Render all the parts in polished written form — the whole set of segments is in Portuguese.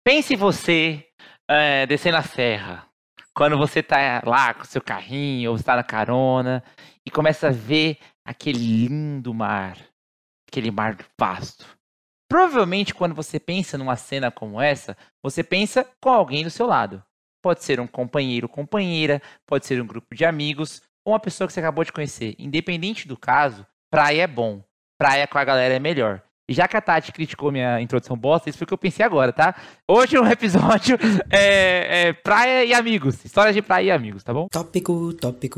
Pense você descendo a serra. Quando você tá lá com o seu carrinho, ou você tá na carona, e começa a ver aquele lindo mar. Aquele mar vasto. Provavelmente, quando você pensa numa cena como essa, você pensa com alguém do seu lado. Pode ser um companheiro ou companheira, pode ser um grupo de amigos, ou uma pessoa que você acabou de conhecer. Independente do caso, praia é bom. Praia com a galera é melhor. E já que a Tati criticou minha introdução bosta, isso foi o que eu pensei agora, tá? Hoje o episódio é praia e amigos. Histórias de praia e amigos, tá bom? Tópico.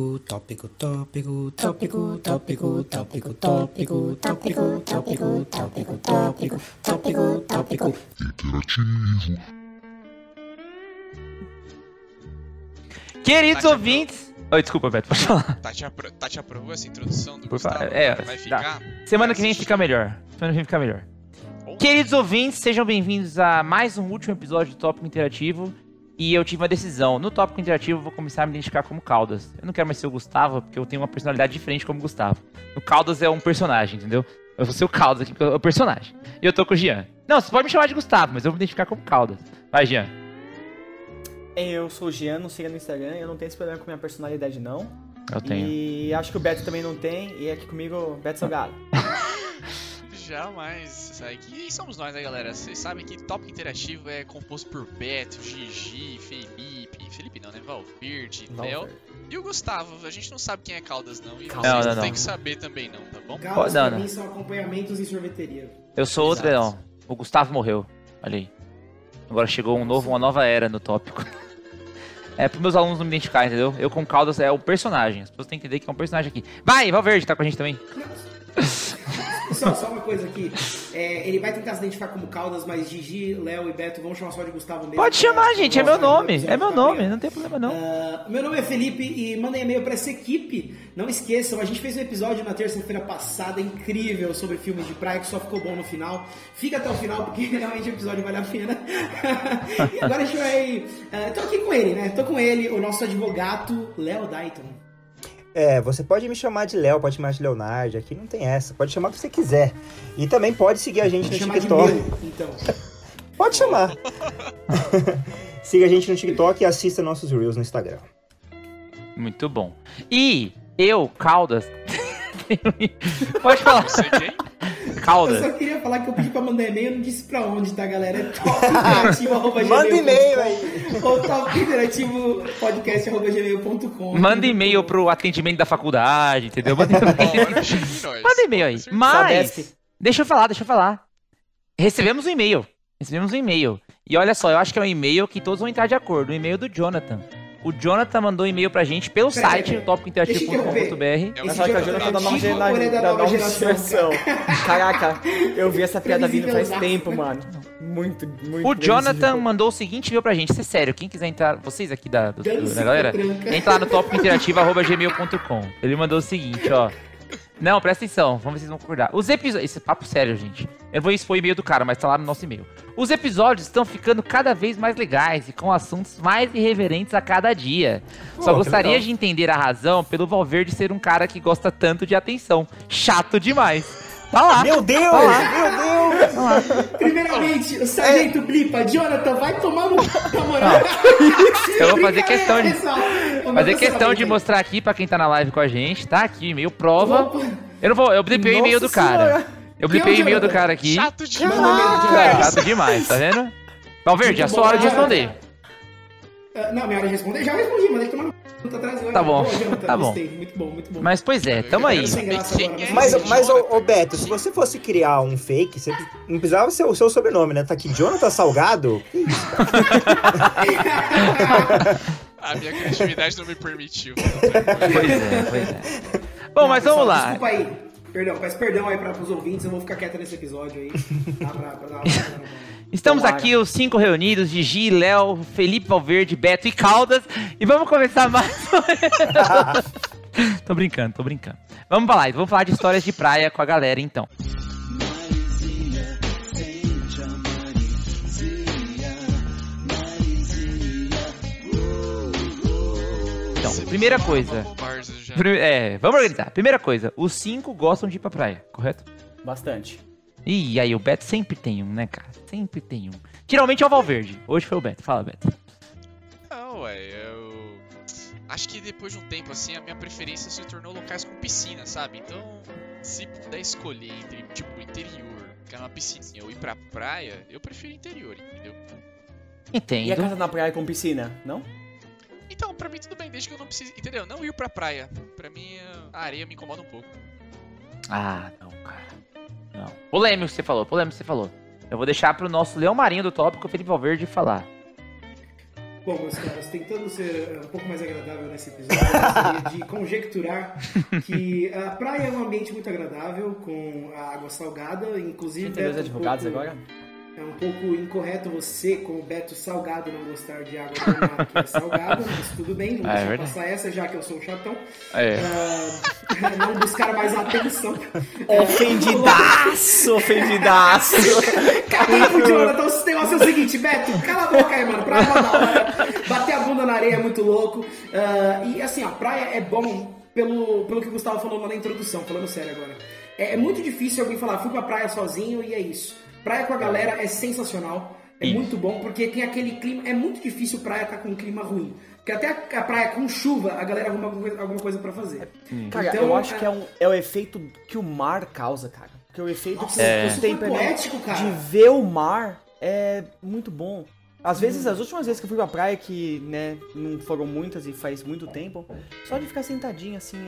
Interativo. Queridos Tati ouvintes... Oi, desculpa, Beto, pode falar. Tati aprovou essa introdução do Por Gustavo? favor, Vai ficar? Semana que vem fica melhor. Queridos ouvintes, sejam bem-vindos a mais um último episódio do Tópico Interativo. E eu tive uma decisão. No Tópico Interativo eu vou começar a me identificar como Caldas. Eu não quero mais ser o Gustavo, porque eu tenho uma personalidade diferente como Gustavo. O Caldas é um personagem, entendeu? Eu vou ser o Caldas aqui, porque é o personagem. E eu tô com o Jean. Não, você pode me chamar de Gustavo, mas eu vou me identificar como Caldas. Vai, Jean. Eu sou o Jean, não siga no Instagram, eu não tenho esse problema com minha personalidade, não. Eu tenho. E acho que o Beto também não tem, e aqui comigo, Beto Salgado. Jamais. Quem somos nós, né, galera? Vocês sabem que Tópico Interativo é composto por Beto, Gigi, Felipe não, né? Valverde, Léo e o Gustavo. A gente não sabe quem é Caldas, não. E vocês não tem que saber também, não, tá bom? Caldas pra mim são acompanhamentos em sorveteria. Eu sou outro, não. O Gustavo morreu. Olha aí. Agora chegou uma nova era no tópico. É pros meus alunos não me identificarem, entendeu? Eu com Caldas é o personagem. As pessoas têm que entender que é um personagem aqui. Vai, Valverde, tá com a gente também. Só uma coisa aqui. Ele vai tentar se identificar como Caldas, mas Gigi, Léo e Beto vão chamar só de Gustavo mesmo. Pode chamar, gente. É meu nome. É meu nome. Não tem problema, não. Meu nome é Felipe e mandem e-mail pra essa equipe. Não esqueçam, a gente fez um episódio na terça-feira passada incrível sobre filmes de praia que só ficou bom no final. Fica até o final porque realmente o episódio vale a pena. E agora a gente vai... tô aqui com ele, né? Tô com ele, o nosso advogado, Léo Dayton. Você pode me chamar de Léo, pode me chamar de Leonardo, aqui não tem essa, pode chamar o que você quiser. E também pode seguir a gente no TikTok. Então. Pode chamar. Siga a gente no TikTok e assista nossos Reels no Instagram. Muito bom. E eu, Caldas... Pode falar. Você quem? Caldas. Eu só queria falar que eu pedi pra mandar e-mail, eu não disse pra onde, tá, galera? É topinterativo@gmail.com. Manda e-mail aí. Ou topinterativopodcast@gmail.com. Manda e-mail pro atendimento da faculdade, entendeu? Manda e-mail aí. Mas, deixa eu falar. Recebemos um e-mail. E olha só, eu acho que é um e-mail que todos vão entrar de acordo. O e-mail do Jonathan. O Jonathan mandou um e-mail pra gente pelo site, topicointerativo.com.br. Mas só que a Jonathan da nova geração. Caraca, eu vi essa piada vindo faz tempo, mano. Muito. O Jonathan mandou o seguinte e-mail pra gente. Isso é sério, quem quiser entrar, vocês aqui da galera, entra lá no topicointerativo@gmail.com. Ele mandou o seguinte, ó. Não, presta atenção, vamos ver se vocês vão concordar. Os episódios... Esse é papo sério, gente. Eu vou expor o e-mail do cara, mas tá lá no nosso e-mail. Os episódios estão ficando cada vez mais legais e com assuntos mais irreverentes a cada dia. Só gostaria de entender a razão pelo Valverde ser um cara que gosta tanto de atenção. Chato demais. Tá lá. Meu Deus! Tá lá. Primeiramente, o sargento Blipa, Jonathan, vai tomar no moral. Eu vou fazer questão de mostrar aqui pra quem tá na live com a gente, tá? Aqui, e-mail prova. Eu blipei o e-mail do cara. Eu blipei o e-mail do cara aqui. Chato demais. Chato demais, tá vendo? Valverde, é a sua hora de responder. Não, minha hora de responder? Já respondi, mas ele tomou no atrás. Tá bom, tá bom. Muito bom. Mas, pois é, tamo aí. Mas ô Beto, se você fosse criar um fake, você não precisava ser o seu sobrenome, né? Tá aqui, Jonathan Salgado? Que isso, cara? A minha criatividade não me permitiu. Pois é. Bom, mas vamos lá. Desculpa aí. Peço perdão aí pros ouvintes, eu vou ficar quieto nesse episódio aí. Pra dar uma... Estamos aqui, os 5 reunidos, Gigi, Léo, Felipe, Valverde, Beto e Caldas. E vamos começar mais... Tô brincando. Vamos falar de histórias de praia com a galera, então. Então, primeira coisa... vamos organizar. Primeira coisa, os 5 gostam de ir pra praia, correto? Bastante. Ih, aí o Beto sempre tem um, né, cara? Sempre tem um. Geralmente é o Valverde. Hoje foi o Beto. Fala, Beto. Não, ué, eu acho que depois de um tempo assim, a minha preferência se tornou locais com piscina, sabe? Então, se puder escolher entre, tipo, interior, que é uma piscina, ou ir pra praia, eu prefiro interior, entendeu? Entendo. E a casa na praia com piscina, não? Então, pra mim tudo bem, desde que eu não precise, entendeu? Não ir pra praia. Pra mim, a areia me incomoda um pouco. Ah, não, cara. Não. Polêmico que você falou. Eu vou deixar pro nosso Leão Marinho do tópico, o Felipe Valverde, falar. Bom, meus caros, tentando ser um pouco mais agradável nesse episódio, eu gostaria de conjecturar que a praia é um ambiente muito agradável, com a água salgada, inclusive... Tem dois advogados agora? É um pouco incorreto você, como Beto Salgado, não gostar de água do mar que é salgada, mas tudo bem, vou deixar passar essa, já que eu sou um chatão. Não buscar mais atenção. Ofendidaço! Caramba, Jonathan, o negócio é o seguinte, Beto, cala a boca aí, mano, pra bater a bunda na areia é muito louco. E assim, a praia é bom pelo que o Gustavo falou lá na introdução, falando sério agora. É muito difícil alguém falar, fui pra praia sozinho e é isso. Praia com a galera é sensacional, é muito bom, porque tem aquele clima, é muito difícil praia estar com um clima ruim. Porque até a praia com chuva, a galera arruma alguma coisa pra fazer. Cara, então, eu acho que é o efeito que o mar causa, cara. Porque o efeito que você tem poético, cara. de ver o mar é muito bom. Às vezes, as últimas vezes que eu fui pra praia, que, né, não foram muitas e faz muito tempo, só de ficar sentadinho assim,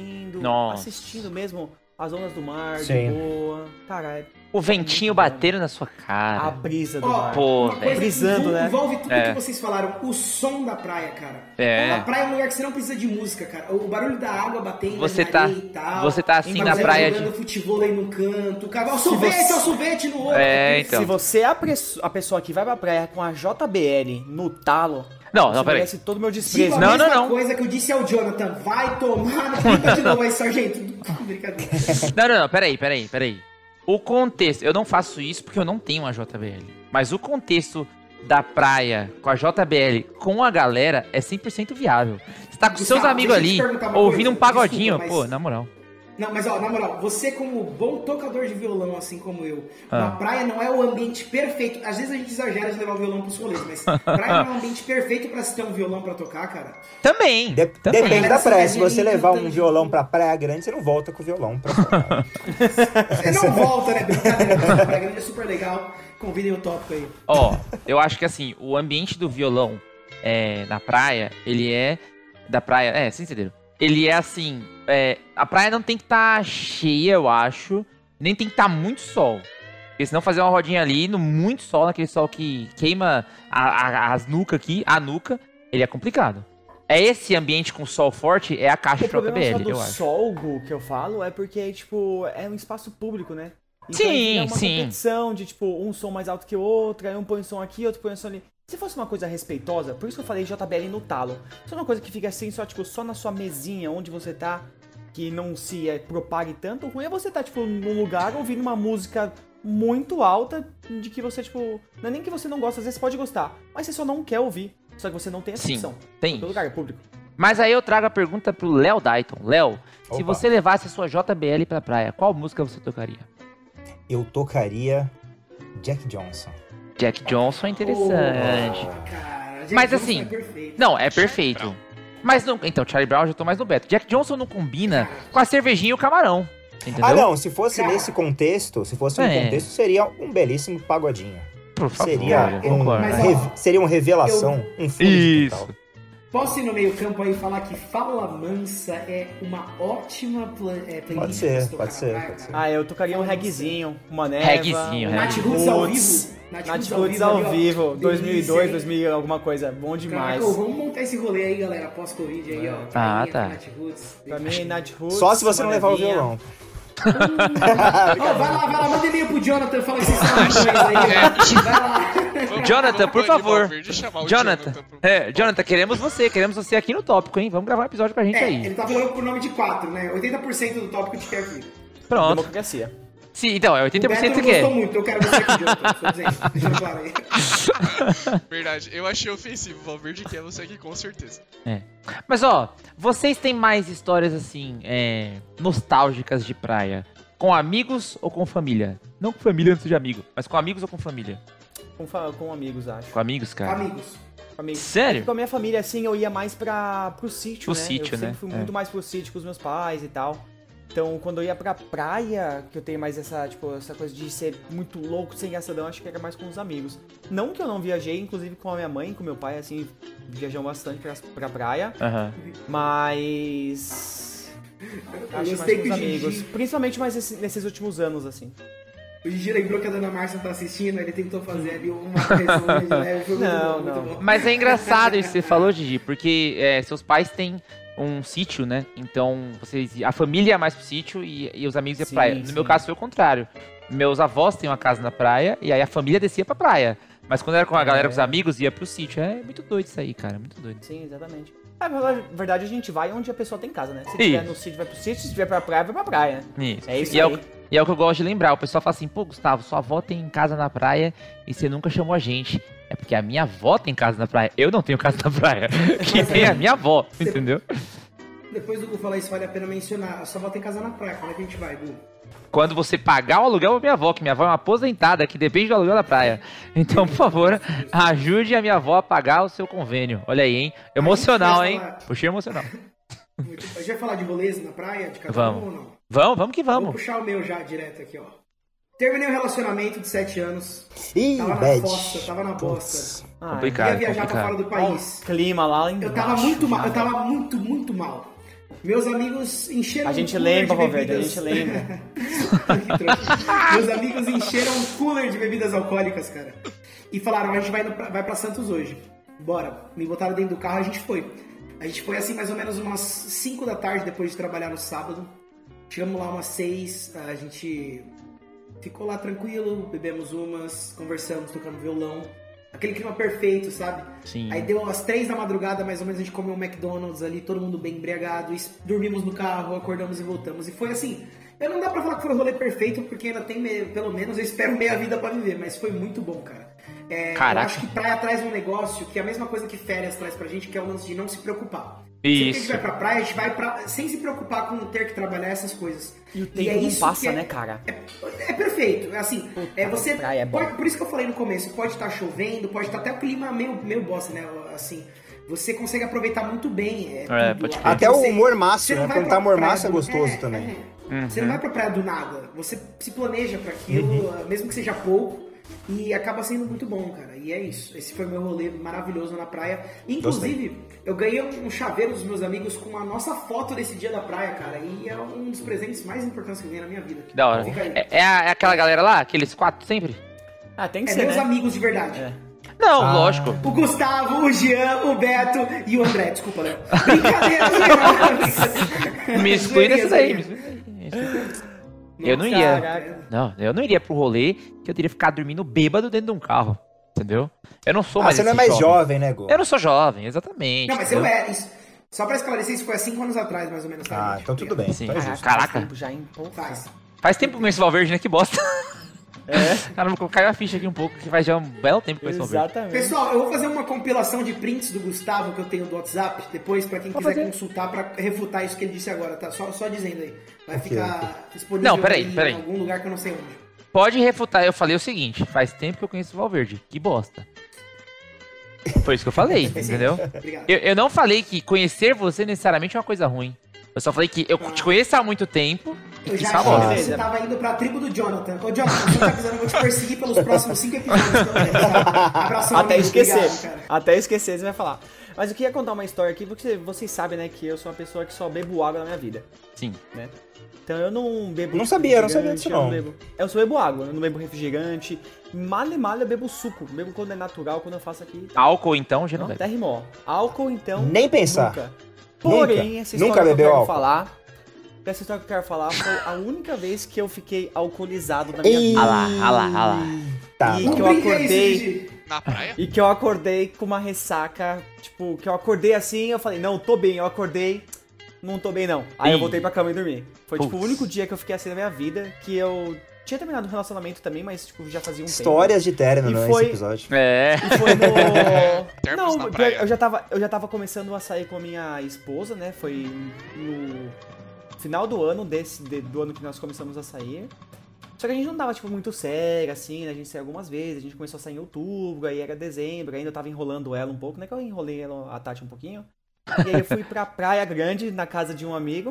assistindo mesmo as ondas do mar, de boa. Cara, o ventinho batendo na sua cara. A brisa do mar. Pô, brisando, né? Envolve tudo que vocês falaram. O som da praia, cara. A praia é um lugar que você não precisa de música, cara. O barulho da água batendo você na tá, areia e tal. Você tá assim na praia jogando futebol aí no canto. Cara, o sorvete no outro. Então. Se você é a pessoa que vai pra praia com a JBL no talo... Não, você peraí. merece todo o meu desprezo. Tipo, a mesma coisa que eu disse ao Jonathan. Vai tomar no pinta de novo aí, sargento. Brincadeira. Não, peraí. O contexto, eu não faço isso porque eu não tenho uma JBL. Mas o contexto da praia com a JBL com a galera é 100% viável. Você tá com seus amigos ali, ouvindo um pagodinho. Desculpa, pô, na moral. Não, mas ó, na moral, você como bom tocador de violão, assim como eu, na praia não é o ambiente perfeito. Às vezes a gente exagera de levar o violão pros rolês, mas praia não é um ambiente perfeito pra se ter um violão pra tocar, cara. Também. Depende da praia. Se você levar um violão pra praia grande, você não volta com o violão pra tocar. Você não volta, né? Brincadeira, a praia grande é super legal. Convidem o tópico aí. Ó, eu acho que assim, o ambiente do violão na praia, ele é... Da praia, vocês entenderam? Ele é assim, a praia não tem que estar cheia, eu acho, nem tem que estar muito sol. Porque senão fazer uma rodinha ali, no muito sol, naquele sol que queima as nucas aqui, a nuca, ele é complicado. É esse ambiente com sol forte, é a caixa de JBL, eu acho. O sol, Gu, que eu falo, é porque, tipo, é um espaço público, né? Então, sim, é uma competição de, tipo, um som mais alto que o outro, aí um põe um som aqui, outro põe um som ali. Se fosse uma coisa respeitosa, por isso que eu falei JBL no talo. Se é uma coisa que fica assim, só, tipo, só na sua mesinha, onde você tá, que não se propague tanto, o ruim é você tá, tipo, num lugar ouvindo uma música muito alta, de que você, tipo, não é nem que você não gosta, às vezes você pode gostar, mas você só não quer ouvir, só que você não tem essa opção. Tem. Todo lugar é público. Mas aí eu trago a pergunta pro Léo Dayton. Léo, se você levasse a sua JBL pra praia, qual música você tocaria? Eu tocaria Jack Johnson. Jack Johnson é interessante. Cara, mas assim, não, é perfeito. Mas não, então, Charlie Brown eu já tô mais no Beto. Jack Johnson não combina com a cervejinha e o camarão. Entendeu? Ah, não, se fosse nesse contexto, seria um belíssimo pagodinho. Por favor, seria uma revelação, um fundo total. Posso ir no meio campo aí e falar que Fala Mansa é uma ótima playlist? Pode ser. Ah, eu tocaria um reggaezinho, uma neva. Reggaezinho, Nath Roots ao vivo. Nath Roots ao vivo, 2002, 2000, alguma coisa, bom demais. Caraca, vamos montar esse rolê aí, galera, pós-Covid aí, ó. Tá. Nath Roots. Pra mim, Nath Roots. Só se você não levar o violão. Vai lá, manda e-mail pro Jonathan, fala que vocês estão aí, vai lá. Jonathan, por favor. Jonathan, queremos você aqui no tópico, hein? Vamos gravar um episódio com a gente aí. Ele tá falando por nome de 4, né? 80% do tópico te quer aqui. Pronto. Democracia. Sim, então, é 80% que quer. Eu gostou muito, eu quero você aqui, Jonathan, tô dizendo, deixando claro aí. Verdade, eu achei ofensivo, o Valverde quer você aqui com certeza. Mas ó, vocês têm mais histórias assim, nostálgicas de praia Com amigos ou com família? Não com família antes de amigo, mas com amigos ou com família? Com amigos, acho. Com amigos, cara. Amigos. Amigos. Sério? Com a minha família, assim, eu ia mais pro sítio, Pro né? sítio, eu sempre né? fui muito mais pro sítio com os meus pais e tal. Então, quando eu ia pra praia, que eu tenho mais essa coisa de ser muito louco, sem engraçadão, acho que era mais com os amigos. Não que eu não viajei, inclusive com a minha mãe, com meu pai, assim, viajamos bastante pra praia. Aham. Mas... acho mais gostei com que os o Gigi- amigos. Principalmente mais nesses últimos anos, assim. O Gigi lembrou que a dona Márcia tá assistindo, ele tentou fazer ali uma resenha de leve, foi muito Não, bom, muito não. bom. Mas é engraçado isso que você falou, Gigi, porque seus pais têm um sítio, né? Então, a família ia mais pro sítio e os amigos iam pra Sim, praia. No sim. meu caso foi o contrário. Meus avós têm uma casa na praia e aí a família descia pra praia. Mas quando era com a galera, com os amigos, ia pro sítio. É muito doido isso aí, cara, muito doido. Sim, exatamente. Na verdade, a gente vai onde a pessoa tem casa, né? Se tiver no sítio, vai pro sítio. Se tiver pra praia, vai pra praia. Isso. É isso e aí. E é o que eu gosto de lembrar. O pessoal fala assim, pô, Gustavo, sua avó tem casa na praia e você nunca chamou a gente. É porque a minha avó tem casa na praia. Eu não tenho casa na praia. Quem tem é a minha avó, entendeu? Depois do Gu falar isso, vale a pena mencionar. A sua avó tem casa na praia, como é que a gente vai, Gu? Quando você pagar o aluguel pra minha avó, que minha avó é uma aposentada, que depende do aluguel da praia. Então, por favor, ajude a minha avó a pagar o seu convênio. Olha aí, hein? Emocional, hein? Puxei emocional. A gente vai falar de rolês na praia, de cada Vamos. um ou não? Vamos que Vou vamos. puxar o meu já direto aqui, ó. Terminei um relacionamento de 7 anos. Ih, Tava na bad. fossa, tava na bosta. Ah, Complicado. Ia viajar pra fora do Olha país. o clima lá Eu tava muito mal, eu tava muito mal. Meus amigos encheram A gente um cooler lembra, de Valverde, a bebidas- gente lembra. Que trouxa. Meus amigos encheram um cooler de bebidas alcoólicas, cara. E falaram, a gente vai pra Santos hoje. Bora. Me botaram dentro do carro, a gente foi. A gente foi assim mais ou menos umas 5 da tarde depois de trabalhar no sábado. Chegamos lá umas 6, a gente ficou lá tranquilo, bebemos umas, conversamos, tocando violão. Aquele clima perfeito, sabe? Sim. Aí deu às 3 da madrugada, mais ou menos, a gente comeu um McDonald's ali, todo mundo bem embriagado, e dormimos no carro, acordamos e voltamos. E foi assim, eu não dá pra falar que foi o rolê perfeito, porque ainda tem, pelo menos, eu espero meia vida pra viver, mas foi muito bom, cara. Caraca. Eu acho que praia traz um negócio que é a mesma coisa que férias traz pra gente, que é o lance de não se preocupar. Sempre que a gente Isso. vai pra praia, a gente vai sem se preocupar com ter que trabalhar essas coisas. E o tempo não isso passa, que né, cara? É perfeito, assim, você praia é bom. por isso que eu falei no começo, pode estar chovendo, pode estar até o clima meio bosta, né, assim, você consegue aproveitar muito bem tudo. pode crer. Até o humor máximo, você não né? vai Quando pra tá humor praia máximo é gostoso também. Você não vai pra praia do nada, você se planeja pra aquilo, mesmo que seja pouco, e acaba sendo muito bom, cara, e é isso. Esse foi meu rolê maravilhoso na praia. Inclusive, eu ganhei um chaveiro dos meus amigos com a nossa foto desse dia da praia, cara, e é um dos presentes mais importantes que eu ganhei na minha vida. Que da hora. Fica aí. É aquela galera lá, aqueles 4 sempre? Ah, tem que É ser, meus né? amigos de verdade. Não, lógico. O Gustavo, o Jean, o Beto e o André. Desculpa, Léo. Brincadeira, Jean. Me exclui nessa daí. Zoeirinha, me exclui. Eu não ia. Caraca. Não, eu não iria pro rolê que eu teria que ficar dormindo bêbado dentro de um carro. Entendeu? Eu não sou mais você não é esse mais jovem, né, Gu? Eu não sou jovem, exatamente. Não, mas entendeu? eu era. Só pra esclarecer, isso foi há 5 anos atrás, mais ou menos. Tá, Ah, gente? então tudo bem. Sim. Então é justo. Caraca. Faz tempo já, hein? Pô, Faz. Faz tempo que eu conheço o Valverde, né? Que bosta. Caramba, caiu a ficha aqui um pouco, que faz já um belo tempo que eu conheço o Valverde. Exatamente. Pessoal, eu vou fazer uma compilação de prints do Gustavo que eu tenho do WhatsApp, depois pra quem quiser consultar pra refutar isso que ele disse agora, tá? Só dizendo aí. Vai ficar disponível Não, peraí. em algum lugar que eu não sei onde. Pode refutar, eu falei o seguinte, faz tempo que eu conheço o Valverde. Que bosta. Foi isso que eu falei, entendeu? Obrigado. Eu não falei que conhecer você necessariamente é uma coisa ruim. Eu só falei que eu te conheço há muito tempo e Eu que já isso é uma achei bosta. que você tava indo pra tribo do Jonathan. Ô, Jonathan, você tá avisando, eu vou te perseguir pelos próximos 5 episódios também, tá? Abração, Até amigo. esquecer. Obrigado, cara. Até esquecer, você vai falar. Mas eu queria contar uma história aqui, porque vocês sabem, né, que eu sou uma pessoa que só bebo água na minha vida, Sim. né? Então eu não bebo Não sabia, não sabia refrigerante, disso, eu não. bebo. Eu só bebo água, eu não bebo refrigerante. Mal eu bebo suco. Bebo quando é natural, quando eu faço aqui. Álcool, então, já não Não, bebe. até rimou. Álcool, então. Nem pensar. Nunca. Porém, essa Nunca história que eu bebeu quero álcool? falar. Essa história que eu quero falar foi a única vez que eu fiquei alcoolizado na minha Ei, vida. Ah lá. Tá, E não. que eu Não brinca acordei. isso, Gigi. Na praia? E que eu acordei com uma ressaca, tipo, que eu acordei assim, eu falei, não, tô bem, eu acordei, não tô bem não. Aí eu Ih. voltei pra cama e dormi. Foi tipo o Putz. único dia que eu fiquei assim na minha vida, que eu tinha terminado o relacionamento também, mas tipo, já fazia um Histórias de término, E né, foi- esse episódio. É. tempo. E foi no... Termos na Não, praia. eu já tava começando a sair com a minha esposa, né, foi no final do ano, do ano que nós começamos a sair. Só que a gente não tava, tipo, muito sério, assim, né? A gente saiu algumas vezes, a gente começou a sair em outubro, aí era dezembro, ainda eu tava enrolando ela um pouco, né? Que eu enrolei a Tati um pouquinho. E aí eu fui pra Praia Grande, na casa de um amigo,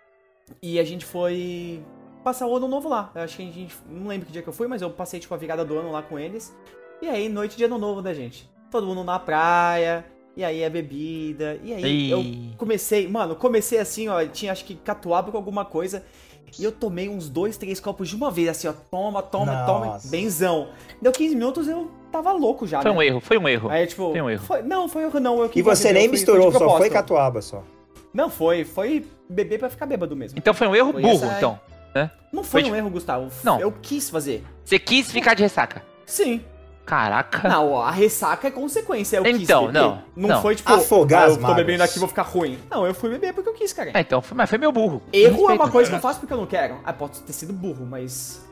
e a gente foi passar o ano novo lá. Eu acho que a gente, não lembro que dia que eu fui, mas eu passei, tipo, a virada do ano lá com eles. E aí, noite de ano novo da gente. Todo mundo na praia, e aí a bebida, e aí eu comecei assim, ó, tinha acho que catuaba com alguma coisa, e eu tomei uns 2, 3 copos de uma vez, assim, ó, toma, benzão. Deu 15 minutos, eu tava louco já, Foi né? um erro. Aí, tipo, Foi um erro. Não, foi erro não. E você nem misturou, só foi catuaba só. Não, foi beber pra ficar bêbado mesmo. Então foi um erro burro, então. Né? Não foi Foi um erro, Gustavo. Não. Eu quis fazer. Você quis ficar de ressaca? Sim. Caraca. Não, a ressaca é consequência. Eu quis Então, beber. não. Foi tipo, afogar as eu tô mágoas. bebendo aqui, vou ficar ruim. Não, eu fui beber porque eu quis, cara. Então, mas foi meu burro. Erro é uma coisa que eu faço porque eu não quero. Ah, pode ter sido burro, mas...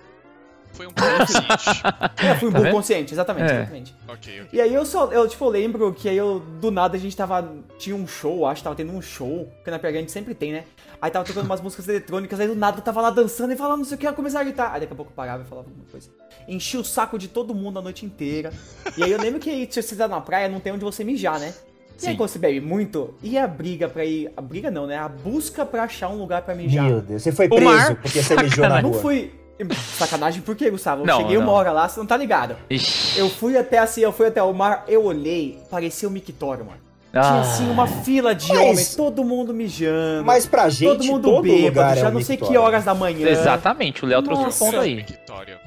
Foi um burro consciente. Fui um Tá burro vendo? consciente, exatamente. Ok. E aí eu tipo, lembro que aí do nada a gente tinha um show, acho que tava tendo um show, porque na PH a gente sempre tem, né? Aí tava tocando umas músicas eletrônicas, aí do nada eu tava lá dançando e falando não sei o que, eu comecei a gritar. Aí daqui a pouco eu parava e falava alguma coisa. Enchi o saco de todo mundo a noite inteira. E aí eu lembro que se você tá na praia, não tem onde você mijar, né? E aí Sim. quando você bebe muito, e a briga pra ir... A briga não, né? A busca pra achar um lugar pra mijar. Meu Deus, você foi O preso mar? porque você mijou na Não rua. fui... Sacanagem por quê, Gustavo? Eu Não, cheguei não. uma hora lá, você não tá ligado. Ixi. Eu fui até o mar, eu olhei, parecia o mictório, mano. Tinha assim uma fila de Mas- homens, todo mundo mijando. Mas pra gente, todo mundo todo bêbado, lugar é já um não sei que mictório. horas da manhã. Exatamente, o Léo trouxe um Nossa. ponto aí. Victória.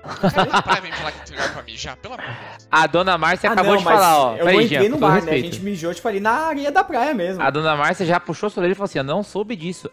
A praia vem falar que tem lugar pra mijar, pelo amor de Deus. A dona Márcia Ah, acabou não, de mas falar, ó. eu não Peraí, entrei Jean, no com todo mar, né? A respeito. gente mijou, tipo, ali na areia da praia mesmo. A dona Márcia já puxou sobre ele e falou assim, eu não soube disso.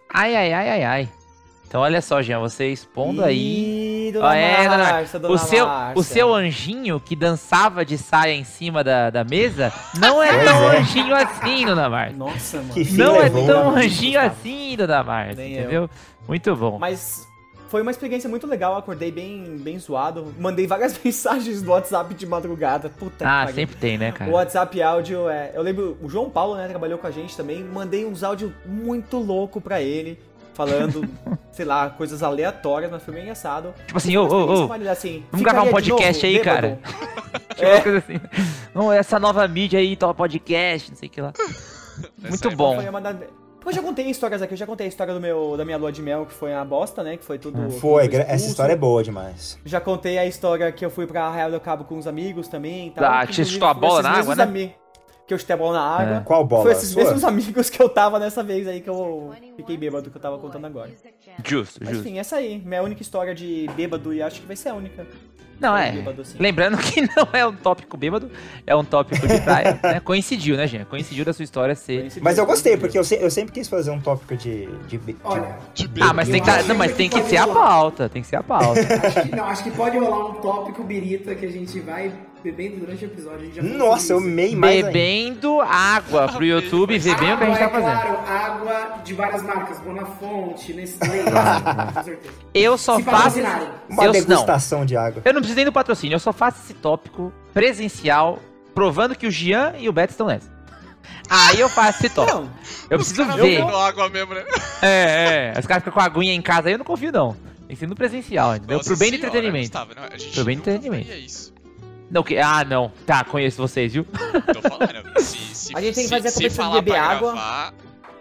Ai. Então olha só, Jean, você expondo aí. Ih, dona Ó, dona Márcia, dona Márcia. o seu anjinho que dançava de saia em cima da mesa não é Pois tão é. anjinho assim, dona Márcia. Nossa, mano. Que fim Não é levou, tão né? anjinho assim, dona Márcia, Nem eu. entendeu? Muito bom. Mas foi uma experiência muito legal, eu acordei bem zoado. Mandei várias mensagens no WhatsApp de madrugada. Puta que pariu. Sempre tem, né, cara? O WhatsApp áudio, eu lembro, o João Paulo, né, trabalhou com a gente também, mandei uns áudios muito louco pra ele, falando, sei lá, coisas aleatórias, mas foi bem engraçado. Tipo assim, Foi uma experiência ô, válida, assim, vamos gravar um ficaria de podcast novo, aí, cara? bêbado? Tipo uma coisa assim. Não, essa nova mídia aí, top podcast, não sei o que lá. Muito aí, bom. Foi uma da- Eu já contei histórias aqui, eu já contei a história da minha lua de mel, que foi uma bosta, né, que foi tudo... Foi, tudo essa expulso. história é boa demais. Já contei a história que eu fui pra Arraial do Cabo com uns amigos também e tal. Ah, que você chutou a bola na água, né? Que eu chutei a bola na água. Qual bola? Foi esses Sua? mesmos amigos que eu tava nessa vez aí que eu fiquei bêbado, que eu tava contando agora. Justo. Mas enfim, essa aí. Minha única história de bêbado e acho que vai ser a única. Não, Foi é. bêbado, assim. Lembrando que não é um tópico bêbado, é um tópico de praia, né? Coincidiu, né, gente? Coincidiu da sua história ser... Mas eu gostei, porque eu sempre quis fazer um tópico de Olha, Ah, mas tem que, acho não, mas que tem que pode ser a rolar. pauta, tem que ser a pauta. acho que pode rolar um tópico birita que a gente vai bebendo durante o episódio. A gente já falou Nossa, eu sobre isso. amei mais ainda. Bebendo água pro YouTube ver bem o que a gente tá fazendo. Claro, água de várias marcas, Bonafonte, Nestlé, com certeza. Eu só Se faço... patrocinarem. Uma Não, degustação de água. eu não preciso nem do patrocínio, eu só faço esse tópico presencial, provando que o Jean e o Beto estão nessa. Aí eu faço esse tópico. Não, Eu Os preciso caras ver. bebendo água mesmo, né? Os caras ficam com a aguinha em casa aí, eu não confio não. Tem que ser no presencial, entendeu? Nossa Pro bem do senhora, entretenimento. Gustavo, não, a gente Pro bem do nunca entretenimento. faria isso. Não, que... Ah, não. Tá, conheço vocês, viu? Tô falando. Se A gente tem que fazer a se competição de falar beber pra água. gravar...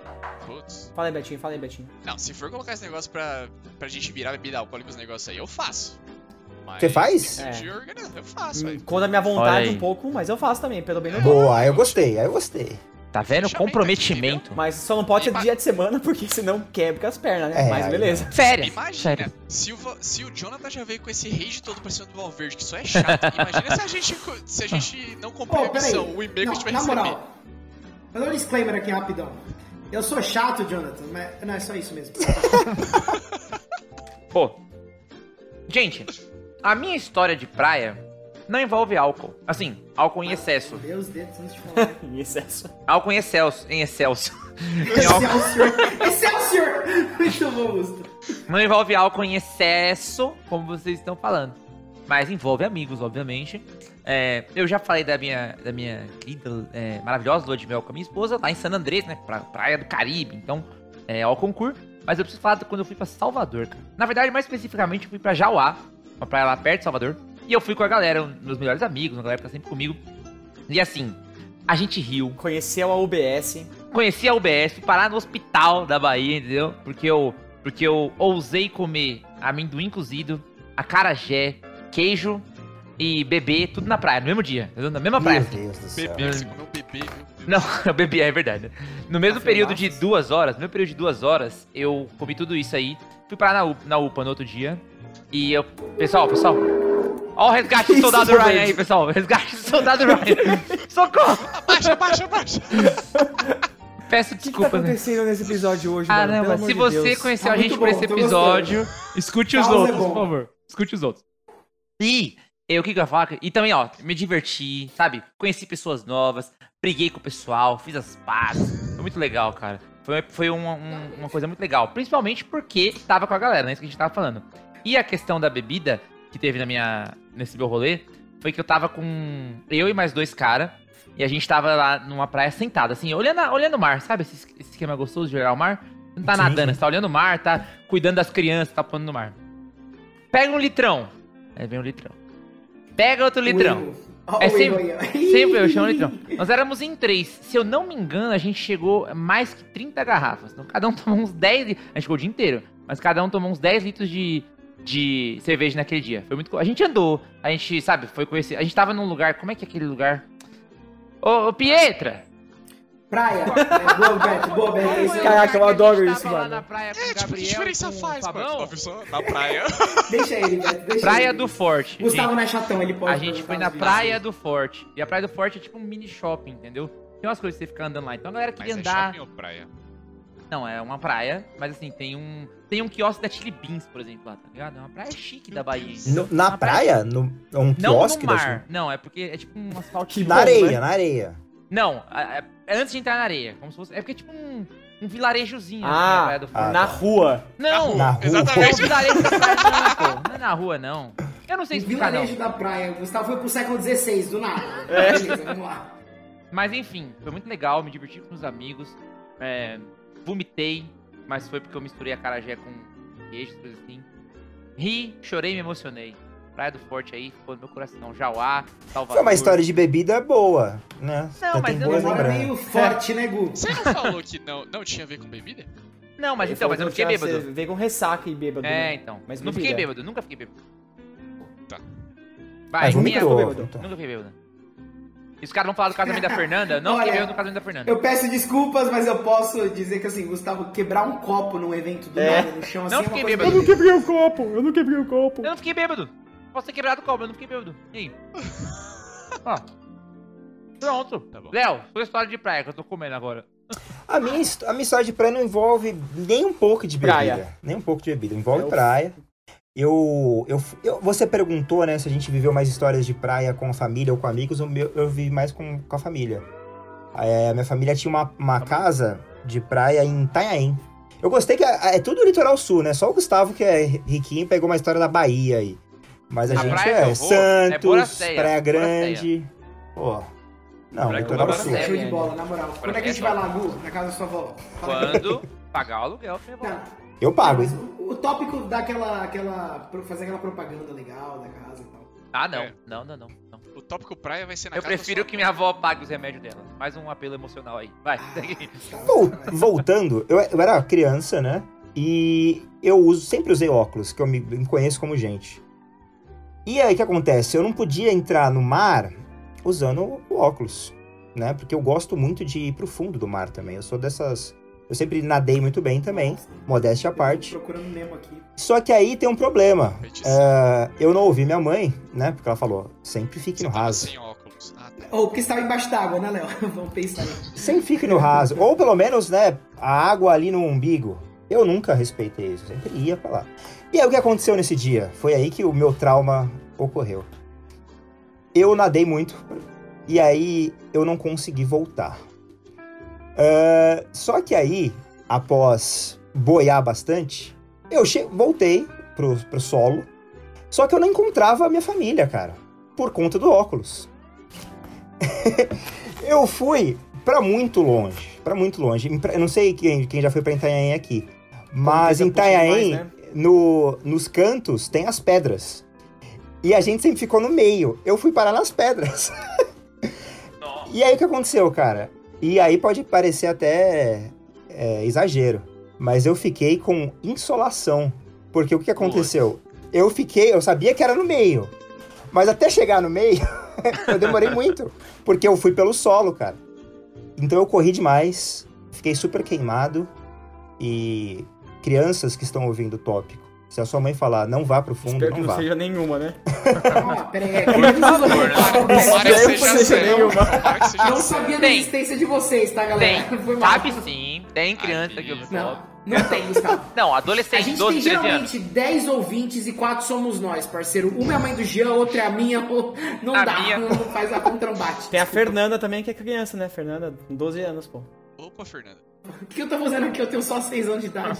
Putz. fala aí, Betinho. Não, se for colocar esse negócio pra gente virar bebida alcoólica, os negócios aí, eu faço. Mas Você faz? tem que ser de organizar, eu faço, velho. Conta a minha Olha vontade aí. um pouco, mas eu faço também, pelo bem do Boa, aí eu gostei. Tá vendo? Fechamento Comprometimento. Mas só não pode ser dia de semana, porque senão quebra as pernas, né? É, Mas aí beleza. Férias. Imagina, Férias. se o Jonathan já veio com esse rage todo parecendo do Valverde, que só é chato. Imagina se a gente não cumprir Pô, a peraí. missão, o e-mail que a gente vai Na receber. moral, vou dar um disclaimer aqui rapidão. Eu sou chato, Jonathan, mas não é só isso mesmo. Pô. Gente, a minha história de praia não envolve álcool. Assim, álcool em excesso. Deus, antes de falar. Em excesso. Álcool em excesso. Em excesso. Excelsior! Muito bom, Augusto. Não envolve álcool em excesso, como vocês estão falando. Mas envolve amigos, obviamente. Eu já falei da minha querida, maravilhosa lua de mel com a minha esposa, lá em San Andrés, né? Praia do Caribe. Então, ao concurso. Mas eu preciso falar de quando eu fui pra Salvador, cara. Na verdade, mais especificamente, eu fui pra Jauá, uma praia lá perto de Salvador. E eu fui com a galera, meus melhores amigos, uma galera que tá sempre comigo. E assim, a gente riu. Conheceu a UBS. Conheci a UBS, fui parar no hospital da Bahia, entendeu? Porque eu ousei comer amendoim cozido, acarajé, queijo e bebê, tudo na praia, no mesmo dia, entendeu? Na mesma praia. Meu Deus do céu. Bebê, você comeu bebê, viu? Não, eu bebi, é verdade. No mesmo período de 2 horas, eu comi tudo isso aí. Fui parar na UPA no outro dia. E eu... Pessoal. Ó o resgate do soldado Ryan aí, pessoal. Resgate do soldado Ryan. Socorro! Abaixa. Peço O que tá desculpas, né? acontecendo nesse episódio hoje, Ah, mano? não, Pelo mas amor se de você Deus. conheceu Tá a gente muito por bom, esse tô episódio, escute os Caos é outros, bom. por favor. Escute os outros. E o que eu ia falar? E também, ó, me diverti, sabe? Conheci pessoas novas, briguei com o pessoal, fiz as pazes. Foi muito legal, cara. Foi uma coisa muito legal. Principalmente porque tava com a galera, né? Isso que a gente tava falando. E a questão da bebida que teve nesse meu rolê foi que eu tava com eu e mais 2 caras. E a gente tava lá numa praia sentado, assim, olhando o mar, sabe? Esse esquema gostoso de olhar o mar. Você não tá nadando, você tá olhando o mar, tá cuidando das crianças, tá pondo no mar. Pega um litrão. Aí vem um litrão. Pega outro litrão. É sempre eu chamo litrão. Nós éramos em 3. Se eu não me engano, a gente chegou a mais que 30 garrafas. Então cada um tomou uns 10 litros. A gente ficou o dia inteiro. Mas cada um tomou uns 10 litros de cerveja naquele dia. Foi muito... A gente andou. A gente, sabe, foi conhecer. A gente tava num lugar... Como é que é aquele lugar? Ô, Pietra! Praia. Boa, Beto. Caraca, eu adoro A gente isso, tava lá mano. na praia com o Tipo, que Gabriel, diferença com o faz, Fabão. mano? Professor, na praia. Deixa ele, Beto. Deixa Praia ele. do Forte. Gustavo gente. não é chatão, ele pode... A gente foi na Praia do Forte. E a Praia do Forte é tipo um mini shopping, entendeu? Tem umas coisas que você fica andando lá. Então a galera queria Mas é andar... shopping ou praia? Não, é uma praia, mas assim, tem um quiosque da Chili Beans, por exemplo, lá, tá ligado? É uma praia chique da Bahia. Na Uma praia? É um Não quiosque no da mar. Não, é porque é tipo um asfalto. Na areia. Não, é antes de entrar na areia. Como se fosse. É porque é tipo um vilarejozinho assim, Ah, a Praia do Forte. na rua. Não, Na rua. não é um Exatamente. vilarejo da praia, não, pô. Não é na rua, não. Eu não sei O explicar, não. vilarejo da praia. O Gustavo foi pro século XVI, do nada. Beleza, vamos lá. Mas enfim, foi muito legal, me diverti com os amigos. Vomitei, mas foi porque eu misturei acarajé com queijo, coisas assim. Ri, chorei e me emocionei. Praia do Forte aí, ficou no meu coração. Jauá, Salvador. Foi uma história de bebida boa, né? Não, Tem mas eu boas não- Agora lembranças. meio forte, né, Gu? Você não falou que não tinha a ver com bebida? Não, mas Ele então, falou mas eu não que fiquei você bêbado. veio com ressaca e bêbado. né? Então. Mas não fiquei bebida. bêbado, nunca fiquei bêbado. Tá. Vai, Mas minha... vomitou, bêbado. então. Nunca fiquei bêbado. E os caras vão falar do casamento da Fernanda? Não Olha, fiquei bêbado no casamento da Fernanda. Eu peço desculpas, mas eu posso dizer que assim, Gustavo, quebrar um copo num evento do É. nada no chão assim Não é uma fiquei coisa bêbado. bem- quebrei o copo, eu não quebrei o copo. Eu não fiquei bêbado. Posso ter quebrado o copo, eu não fiquei bêbado. E aí? Ó. Pronto. Tá bom. Léo, sua história de praia que eu tô comendo agora. A minha história de praia não envolve nem um pouco de bebida. Praia. Nem um pouco de bebida. Envolve Eu- praia. Você perguntou, né, se a gente viveu mais histórias de praia com a família ou com amigos. Eu vi mais com a família. A minha família tinha uma casa de praia em Itanhaém. Eu gostei que é tudo litoral sul, né? Só o Gustavo, que é riquinho, pegou uma história da Bahia aí. Mas a A gente praia que eu vou Santos, é Boracéia, Praia Boracéia. Grande. Pô. Não, Praia litoral Boracéia. sul. Show de bola, na moral. Quando é que a gente vai lá, Gu? Na casa da sua avó? Fala aí. Quando pagar o aluguel, eu vou. Não, Eu pago, mas hein? o tópico daquela fazer aquela propaganda legal da casa e tal. Ah, não. É. Não. O tópico praia vai ser na Eu casa da prefiro sua que minha avó pague os remédios dela. Mais um apelo emocional aí. Vai. Voltando, eu era criança, né? E eu sempre usei óculos, que eu me conheço como gente. E aí o que acontece? Eu não podia entrar no mar usando o óculos, né? Porque eu gosto muito de ir pro fundo do mar também. Eu sou dessas... Eu sempre nadei muito bem também, modéstia à parte. Procurando Nemo aqui. Só que aí tem um problema. Feitiço. Eu não ouvi minha mãe, né? Porque ela falou, sempre fique Você no tava raso. sem óculos. Ah, tá. Ou porque estava embaixo d'água, né, Léo? Vamos pensar aí. Sempre fique no raso. Ou pelo menos, né, a água ali no umbigo. Eu nunca respeitei isso, sempre ia pra lá. E aí o que aconteceu nesse dia? Foi aí que o meu trauma ocorreu. Eu nadei muito e aí eu não consegui voltar. Só que aí, após boiar bastante, eu voltei pro solo. Só que eu não encontrava a minha família, cara, por conta do óculos. Eu fui pra muito longe. Eu não sei quem já foi pra Itanhaém aqui, Mas em Itanhaém, né? nos cantos, tem as pedras. E a gente sempre ficou no meio. Eu fui parar nas pedras. E aí o que aconteceu, cara? E aí pode parecer até exagero. Mas eu fiquei com insolação. Porque o que aconteceu? Eu sabia que era no meio. Mas até chegar no meio, eu demorei muito. Porque eu fui pelo solo, cara. Então eu corri demais. Fiquei super queimado. E crianças que estão ouvindo o tópico, se a sua mãe falar não vá pro fundo, Espero que não não vá. seja nenhuma, né? Peraí, Por favor, né? Tomara que Espero que seja seja zero. nenhuma. Tomara que seja Não zero. sabia da Tem. existência de vocês, tá, galera? Tem, Foi mal. sabe sim, tem criança Ai, que eu Não, não tem, Gustavo. Não, A adolescente, gente 12, tem 13 anos. geralmente 10 ouvintes e 4 somos nós, parceiro. Uma é a mãe do Jean, outra é a minha. Não A dá, minha. não faz a conta, não bate. Tem a Fernanda também, que é criança, né? Fernanda, com 12 anos, pô. Opa, Fernanda. O que eu tô fazendo aqui? Eu tenho só 6 anos de idade.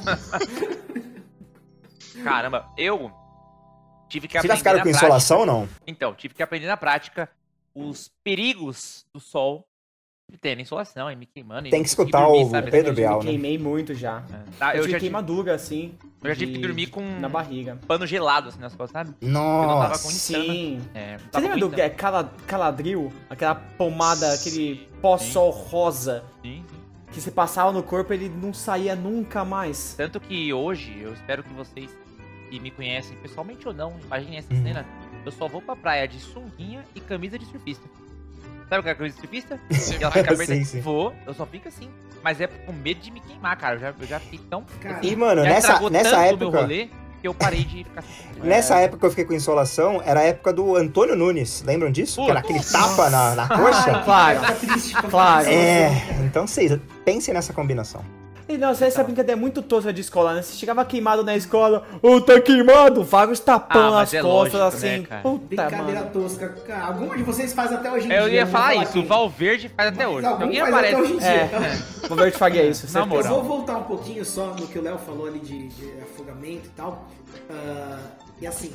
Caramba, eu tive que Vocês aprender ficaram na com prática. insolação ou não? Então, tive que aprender na prática os perigos do sol. Tendo insolação, e me queimando. e Tem que não consegui escutar dormir, o sabe? Pedro Eu Bial, me né? queimei muito já. Tá, Eu eu tive já tive, queimadura, assim. eu já tive que dormir com Na barriga. pano gelado assim nas costas, sabe? Eu não tava Nossa. aguentando. Sim. É, não Você tava lembra do aguentando. Caladril? Aquela pomada, aquele pó-sol rosa Sim, sim. que se passava no corpo, ele não saía nunca mais. Tanto que hoje, eu espero que vocês que me conhecem pessoalmente ou não, imaginem essa Uhum. cena, eu só vou pra praia de sunguinha e camisa de surfista. Sabe o que é a camisa de surfista? Você Que ela vai- fica aberta. Sim, sim. Vou, eu só fico assim. Mas é com medo de me queimar, cara. Eu já fiquei tão... Cara, E, mano, já nessa estragou época... tanto o meu rolê que eu parei de ficar sem Nessa época que eu fiquei com insolação, era a época do Antônio Nunes. Lembram disso? Que era aquele tapa na coxa? Claro. Fica triste pra Claro. Então vocês pensem nessa combinação. E nossa, essa brincadeira é muito tosca de escola, né? Você chegava queimado na escola, tá queimado, vários tapão mas nas é costas, lógico, assim. né, cara? Puta, Brincadeira mano. tosca. Cara, alguma de vocês faz até hoje em dia. Eu ia não vou falar isso, quem. o Valverde faz até hoje. Se Algum alguém faz até aparece... hoje em dia. Vou ver te faria isso. Na certeza. moral. Eu vou voltar um pouquinho só no que o Léo falou ali de afogamento e tal. E assim,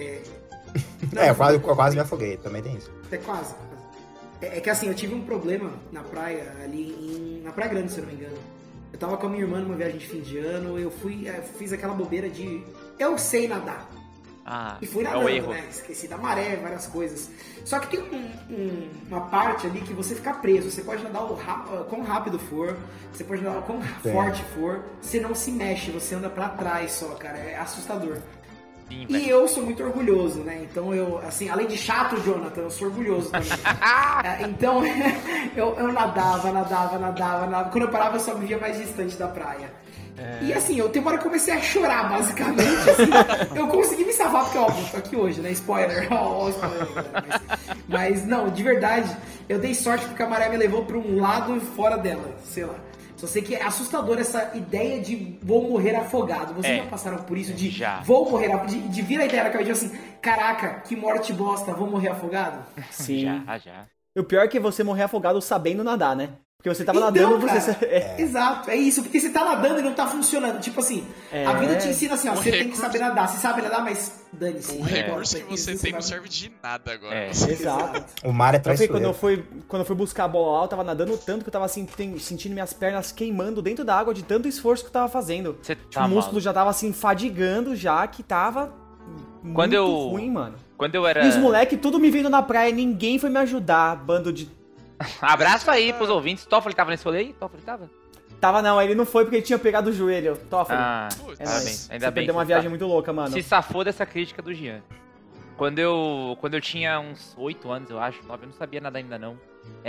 Eu quase me afoguei, também tem isso. é quase. É que assim, eu tive um problema na praia, na Praia Grande, se eu não me engano. Eu tava com a minha irmã numa viagem de fim de ano, eu fiz aquela bobeira de... Eu sei nadar. Ah, E fui é nadando, o erro. né? Esqueci da maré, várias coisas. Só que tem uma parte ali que você fica preso. Você pode nadar quão rápido for, você pode nadar quão forte for, você não se mexe, você anda pra trás só, cara. É assustador. Sim, E velho. eu sou muito orgulhoso, né? Então eu, assim, além de chato, Jonathan, eu sou orgulhoso também. Então eu nadava. Quando eu parava, eu só me via mais distante da praia. E assim, eu tenho uma hora que eu comecei a chorar, basicamente. Assim, eu consegui me salvar, porque, óbvio, tô aqui hoje, né? Spoiler. Ó, spoiler aí, galera. Mas, não, de verdade, eu dei sorte porque a maré me levou pra um lado e fora dela, sei lá. Só sei que é assustador essa ideia de vou morrer afogado. Vocês já passaram por isso de Já. vou morrer afogado? De vir a ideia na cabeça assim, caraca, que morte bosta, vou morrer afogado? Sim. Já. E o pior é que você morrer afogado sabendo nadar, né? Porque você tava Então, nadando, cara, você... Exato, é isso, porque você tá nadando e não tá funcionando. Tipo assim, a vida te ensina assim, ó, O você tem que recurso- saber nadar. Você sabe nadar, mas dane-se. O não importa, recurso que você tem não vai- serve de nada agora. É. Exato. O mar é Eu fui, quando, traiçoeiro. eu fui buscar a bola lá, eu tava nadando tanto que eu tava assim, sentindo minhas pernas queimando dentro da água de tanto esforço que eu tava fazendo. Você Tipo, tá o músculo maluco. já tava assim, fadigando já, que tava Quando muito eu- ruim, mano. Quando eu era... E os moleques tudo me vendo na praia, ninguém foi me ajudar, bando de... Abraço aí pros ouvintes. Toffoli tava nesse rolê aí? Toffoli tava? Tava não, ele não foi porque ele tinha pegado o joelho. Toffoli. Ah, Putz. É ainda nóis. bem. Você Ainda bem. perdeu uma viagem muito louca, mano. Se safou dessa crítica do Jean. Quando eu tinha uns 8 anos, eu acho, 9, eu não sabia nadar ainda não.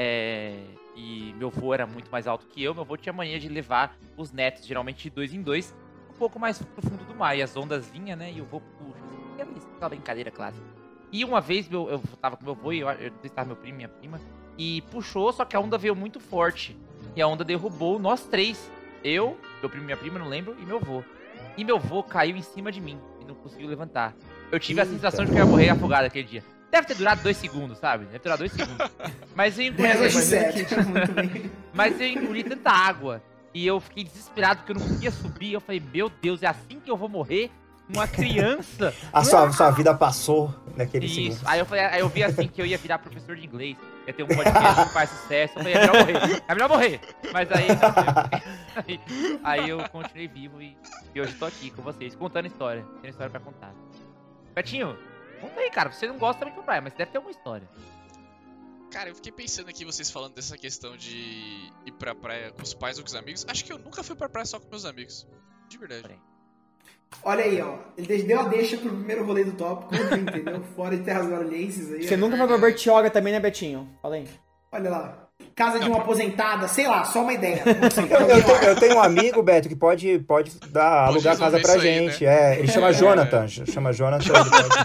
E meu avô era muito mais alto que eu. Meu avô tinha mania de levar os netos, geralmente de 2 em 2, um pouco mais pro fundo do mar. E as ondas vinham, né? E o avô puxa. Era isso, aquela brincadeira clássica. E uma vez eu tava com meu avô, eu estava meu primo e minha prima, e puxou, só que a onda veio muito forte. E a onda derrubou nós três. Eu, meu primo e minha prima, não lembro, e meu avô. E meu avô caiu em cima de mim e não conseguiu levantar. Eu tive a sensação de que eu ia morrer afogado aquele dia. Deve ter durado 2 segundos, sabe? Deve ter durado 2 segundos. Mas eu engoli, Reza de 7. Muito bem. mas eu engoli tanta água. E eu fiquei desesperado porque eu não conseguia subir. Eu falei, meu Deus, é assim que eu vou morrer? Uma criança. A sua vida passou naquele Isso. segundo. Aí eu vi assim que eu ia virar professor de inglês. Ia ter um podcast que faz sucesso. Eu falei, é melhor morrer. É melhor morrer. Mas aí. Aí eu continuei vivo e hoje tô aqui com vocês, contando história. Tem história pra contar. Betinho, conta aí, cara. Você não gosta também de praia, mas deve ter alguma história. Cara, eu fiquei pensando aqui, vocês falando dessa questão de ir pra praia com os pais ou com os amigos. Acho que eu nunca fui pra praia só com meus amigos. De verdade. Olha aí, ó. Ele deu a deixa pro primeiro rolê do tópico, entendeu? Fora de terras barulhenses aí. Você nunca foi pra Bertioga também, né, Betinho? Fala aí. Olha lá. Casa de uma aposentada, sei lá, só uma ideia. Eu tenho um amigo, Beto, que pode alugar a casa pra gente. Né? Ele chama Jonathan. Chama Jonathan.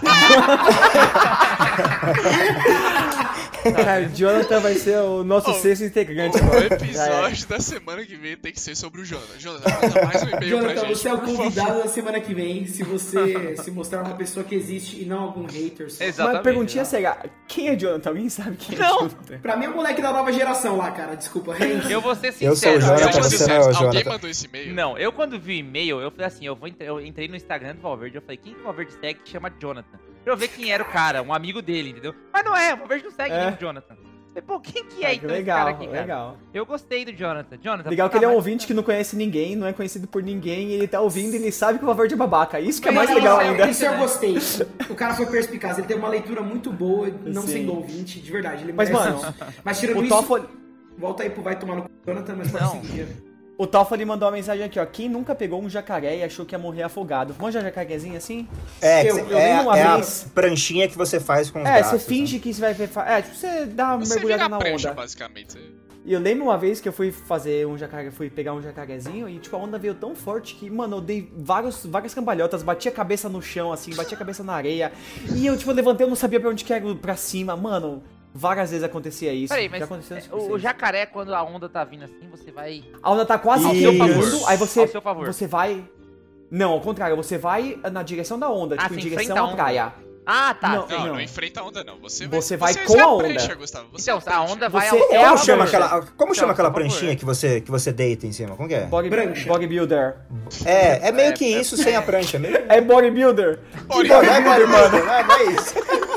Cara, Jonathan vai ser o nosso sexto integrante O agora. episódio da semana que vem tem que ser sobre o Jonathan. Jonathan, manda mais um e-mail pra Jonathan, gente. você é o por convidado favor. da semana que vem, se você se mostrar uma pessoa que existe e não algum hater. Só. Exatamente. Uma perguntinha séria. Quem é Jonathan? Alguém sabe quem é Não. Jonathan? Pra mim é o moleque da nova geração lá, cara. Desculpa. Eu vou ser sincero. Eu sou o Jonathan, Sejam você não é sinceros, o alguém Jonathan. mandou esse e-mail? Não, eu quando vi o e-mail, eu falei assim, eu entrei no Instagram do Valverde, eu falei, quem que o Valverde segue que chama Jonathan? Pra eu ver quem era o cara, um amigo dele, entendeu? Mas não é, o Valverde não segue nem o Jonathan. Eu falei, pô, quem que é então esse cara Legal, aqui, cara? legal. Eu gostei do Jonathan. Jonathan, Legal por que ele é um favor, ouvinte que não conhece ninguém, não é conhecido por ninguém, e ele tá ouvindo e ele sabe que o Valverde é babaca. Isso que é mais Não, legal isso, ainda. Isso eu gostei. O cara foi perspicaz, ele teve uma leitura muito boa, não Sim. sendo ouvinte, de verdade. Ele Mas, merece mano, isso. Mas tirando O isso, Toffoli, volta aí pro Vai Tomar no c***, Jonathan, mas pode Não. seguir. o Toffoli mandou uma mensagem aqui, ó. Quem nunca pegou um jacaré e achou que ia morrer afogado? Manja jacarezinho assim? É, Eu lembro uma a vez- pranchinha que você faz com os É, braços. você finge que você vai ver. Tipo, você dá uma Você mergulhada vira na a prancha, onda. basicamente. E eu lembro uma vez que eu fui fazer um jacaré, fui pegar um jacarezinho e tipo, a onda veio tão forte que, mano, eu dei várias cambalhotas, bati a cabeça no chão, assim, bati a cabeça na areia. E eu, tipo, levantei, eu não sabia pra onde que era pra cima. Mano, várias vezes acontecia isso. Peraí, Já mas aconteceu isso. o jacaré, quando a onda tá vindo assim, você vai... A onda tá quase Ao seu chegando, favor. aí você, Ao seu favor. você vai... Não, ao contrário, você vai na direção da onda, tipo, você em direção enfrenta a à onda. praia. Ah, tá. Não, sim. Não, não. não enfrenta a onda, não. Você vai você com é a onda. prancha, Gustavo. Você Então, é a onda vai Você ao... é a Como chama prancha. aquela, chama aquela por favor. pranchinha que você deita em cima? Como que é? Brancha. Bodybuilder. É meio que isso sem a prancha. Meio... É bodybuilder. Não, não é bodybuilder, não é isso.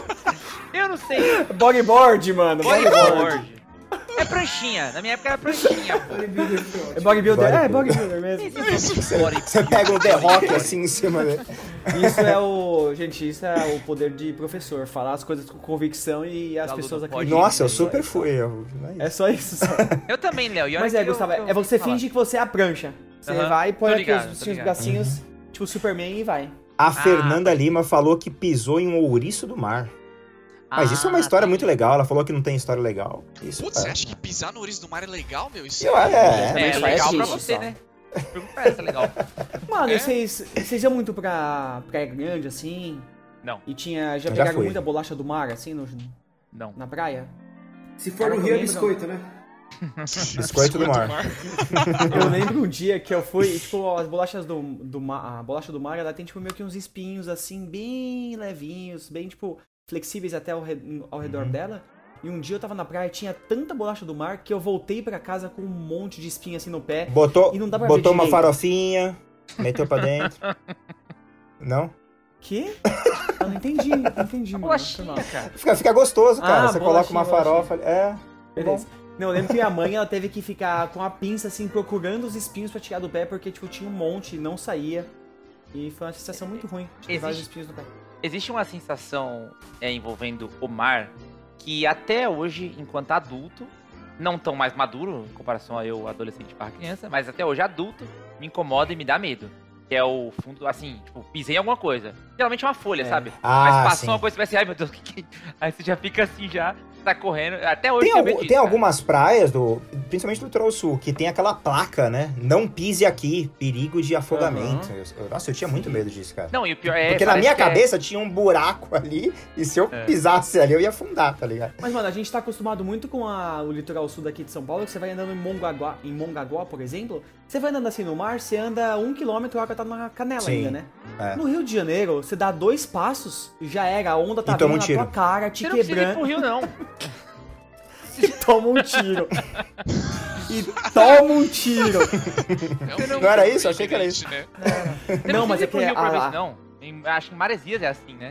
Eu não sei. Bodyboard, mano. Bodyboard. É pranchinha. Na minha época era pranchinha, pô. É bodybuilder. É, Bodybuilder. bodybuilder mesmo. Você pega o The Rock assim em cima dele. Isso é o... Gente, isso é o poder de professor. Falar as coisas com convicção e as Aluno pessoas pode- acreditam. Nossa, eu super fui. É só isso, só. Eu também, Léo. E olha Mas que é, eu- Gustavo, eu é você falar. finge que você é a prancha. Você Aham, vai, põe tô aqui ligado, os tô seus ligado. bracinhos, tipo Superman e vai. A Fernanda Lima falou que pisou em um ouriço do mar. Mas isso é uma história muito legal. Ela falou que não tem história legal. Isso Putz, você acha que pisar no ouriço do mar é legal, meu? Isso Eu, é. É Só é legal pra triste, você, só. né? Pergunta pra essa, legal. Mano, É? vocês iam muito pra Praia Grande, assim? Não, Já Eu já pegaram fui. muita bolacha do mar, assim, não. na praia? Se for Cara, no eu Rio é lembro. biscoito, né? Biscoito do mar. Eu lembro um dia que eu fui, tipo, as bolachas do mar, a bolacha do mar, ela tem, tipo, meio que uns espinhos, assim, bem levinhos, bem, tipo, flexíveis até ao redor dela. E um dia eu tava na praia, tinha tanta bolacha do mar que eu voltei pra casa com um monte de espinho, assim, no pé. Botou, E não dá pra ver botou uma direito. farofinha, meteu pra dentro. Não? Quê? Eu não entendi, mano. Foi mal. Bolachinha, cara. Fica gostoso, cara. Ah, Você coloca uma bolachinha, farofa. É. Beleza. Não, eu lembro que minha mãe, ela teve que ficar com a pinça, assim, procurando os espinhos pra tirar do pé, porque, tipo, tinha um monte e não saía. E foi uma sensação muito ruim de ter vários espinhos no pé. Existe uma sensação envolvendo o mar que até hoje, enquanto adulto, não tão mais maduro em comparação a eu, adolescente barra criança, mas até hoje adulto, me incomoda e me dá medo. Que é o fundo, assim, tipo, pisei em alguma coisa. Geralmente é uma folha, sabe? Ah, Mas passou sim. uma coisa e vai assim, ai meu Deus, o que é? Aí você já fica assim, já tá correndo. Até hoje Tem, medo disso, tem cara. algumas praias, principalmente do Litoral Sul, que tem aquela placa, né? Não pise aqui, perigo de afogamento. Nossa, eu tinha muito medo disso, cara. Não, e o pior é... Porque na parece minha que é- cabeça tinha um buraco ali, e se eu pisasse ali, eu ia afundar, tá ligado? Mas, mano, a gente tá acostumado muito com o litoral sul daqui de São Paulo, que você vai andando em Mongaguá, por exemplo, você vai andando assim no mar, você anda 1 km, a água tá na canela Sim, ainda, né? é. No Rio de Janeiro, você dá 2 passos, já era, a onda tá E toma vindo um tiro. na tua cara, te Você não precisa ir quebrando, pro Rio, não. e toma um tiro. E toma um tiro. Não era isso? Eu achei que era isso. Né? Você Não, não mas precisa é ir pro que Rio pra ver a- isso, não. Acho que em Maresias é assim, né?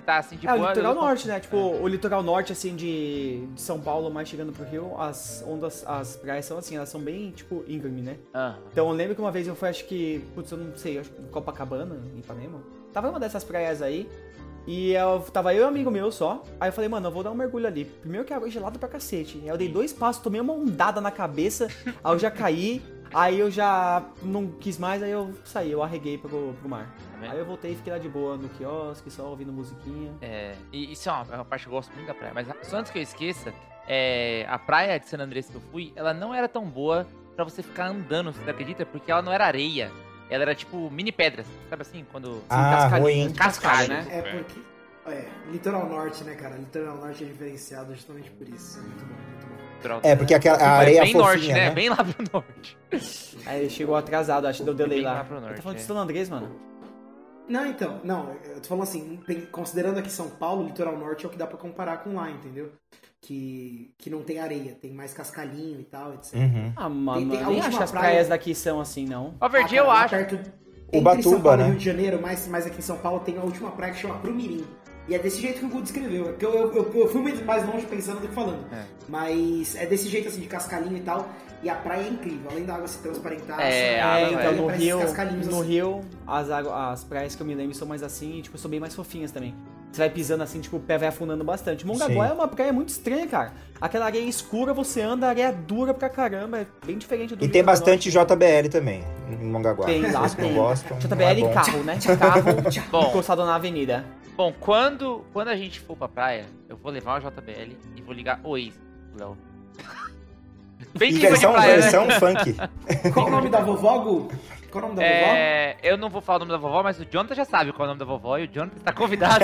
Você tá assim de É, o boa. litoral eu- norte, né? Tipo, o litoral norte, assim, de São Paulo, mais chegando pro Rio, as ondas, as praias são assim, elas são bem, tipo, íngreme, né? Aham. Então eu lembro que uma vez eu fui, acho que, putz, eu não sei, acho que em Copacabana, em Ipanema. Tava numa dessas praias aí, e tava eu e um amigo meu só. Aí eu falei, mano, eu vou dar um mergulho ali. Primeiro que a água é gelada pra cacete. Aí eu dei 2 passos, tomei uma ondada na cabeça, aí eu já caí, aí eu já não quis mais, aí eu saí, eu arreguei pro mar. vendo? Aí eu voltei e fiquei lá de boa no quiosque, só ouvindo musiquinha. E isso é uma parte que eu gosto muito da praia. Mas só antes que eu esqueça, a praia de San Andrés que eu fui, ela não era tão boa pra você ficar andando, você acredita? Porque ela não era areia. Ela era tipo mini pedras, sabe assim? Quando... ruim. Cascalho, né? É porque. Litoral norte, né, cara? Litoral norte é diferenciado justamente por isso. É muito bom, muito bom. É, porque a Foi areia bem fofinha, norte, né? Bem lá pro norte. Aí chegou atrasado, acho que deu delay Bem lá. lá pro norte, Tá falando de é. San Andrés, mano? Não, então, eu tô falando assim, considerando aqui São Paulo, litoral norte é o que dá pra comparar com lá, entendeu? Que não tem areia, tem mais cascalhinho e tal, etc. Uhum. Ah, mano, Tem a eu nem última acho que as praia- praias daqui são assim, não. Ó, Verdinho, Cara, eu lá acho. perto, Ubatuba, entre São Paulo né? e Rio de Janeiro, mais aqui em São Paulo, tem a última praia que chama Prumirim. E é desse jeito que o Guto descreveu. É porque eu fui muito mais longe pensando do que falando. Mas é desse jeito, assim, de cascalhinho e tal. E a praia é incrível. Além da água se transparentar, Então no parece Rio, cascalhinhos no assim. Rio as praias que eu me lembro são mais assim, e, tipo, são bem mais fofinhas também. Você vai pisando assim, tipo, o pé vai afundando bastante. Mongaguá Sim. é uma praia muito estranha, cara. Aquela areia escura, você anda, a areia dura pra caramba, é bem diferente do E Rio tem do bastante Norte. JBL também, em Mongaguá. Tem lá, Vocês que não tem. gostam, não JBL é em bom. carro, né? Carro Bom. encostado na avenida. Bom, quando a gente for pra praia, eu vou levar o JBL e vou ligar o Waze pro Léo. Bem E clima de versão, praia, né? versão funk. Qual o nome da vovó, Gu? Qual o nome da vovó? Eu não vou falar o nome da vovó, mas o Jonathan já sabe qual é o nome da vovó e o Jonathan está convidado.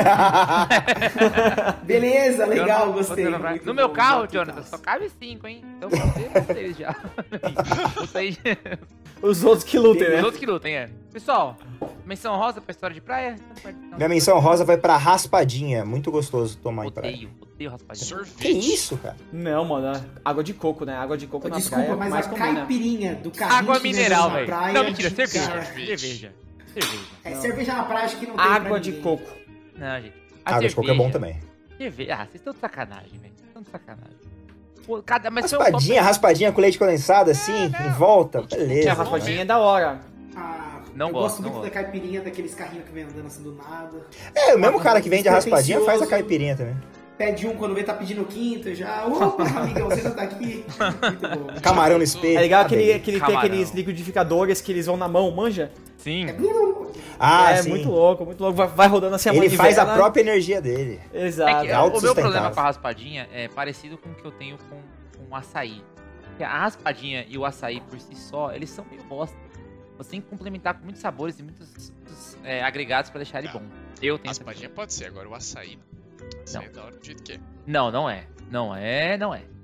Beleza, legal, Jonathan, gostei. você não vai- muito No meu bom, carro, muito Jonathan, massa. só cabe 5, hein? Então vocês já. Vocês, Os outros que lutem, os né? outros que lutem, Pessoal, menção rosa pra história de praia? Minha menção rosa vai pra raspadinha. Muito gostoso tomar em praia. Odeio raspadinha. Sorvete. Que isso, cara? Não, mano, água de coco, né? Água de coco na Desculpa, praia mas mais a combina. caipirinha do carrinho Água que vende mineral, na velho. praia, Não, mentira, cara, cerveja. cerveja na praia acho que não tem Água pra de ninguém. coco. Não, gente. Água de coco é bom também. Cerveja. Vocês estão de sacanagem, velho. Vocês estão de sacanagem. Pô, mas Raspadinha com leite condensado assim, em volta. E a Beleza. raspadinha é da hora. Não eu gosto, gosto não muito gosto. da caipirinha daqueles carrinhos que vem andando assim do nada. É, o mesmo cara que vende a raspadinha faz a Despretensioso. caipirinha também. Pede um quando vê tá pedindo o quinto já. Opa, amigão, você já tá aqui. Muito bom. Camarão no espelho. É legal Ah, que ele beleza. tem Camarão. aqueles liquidificadores que eles vão na mão, manja? Sim. Ah, é sim. muito louco, muito louco. Vai rodando assim a Ele faz a manivela. própria energia dele. Exato. É que o meu autossustentável. problema com a raspadinha é parecido com o que eu tenho com o açaí. Porque a raspadinha e o açaí por si só, eles são meio bosta. Você tem que complementar com muitos sabores e muitos agregados pra deixar ele bom. Eu tenho essa Raspadinha pode ser, agora o açaí não. Açaí é da hora do jeito que é. Não, não é. Não é.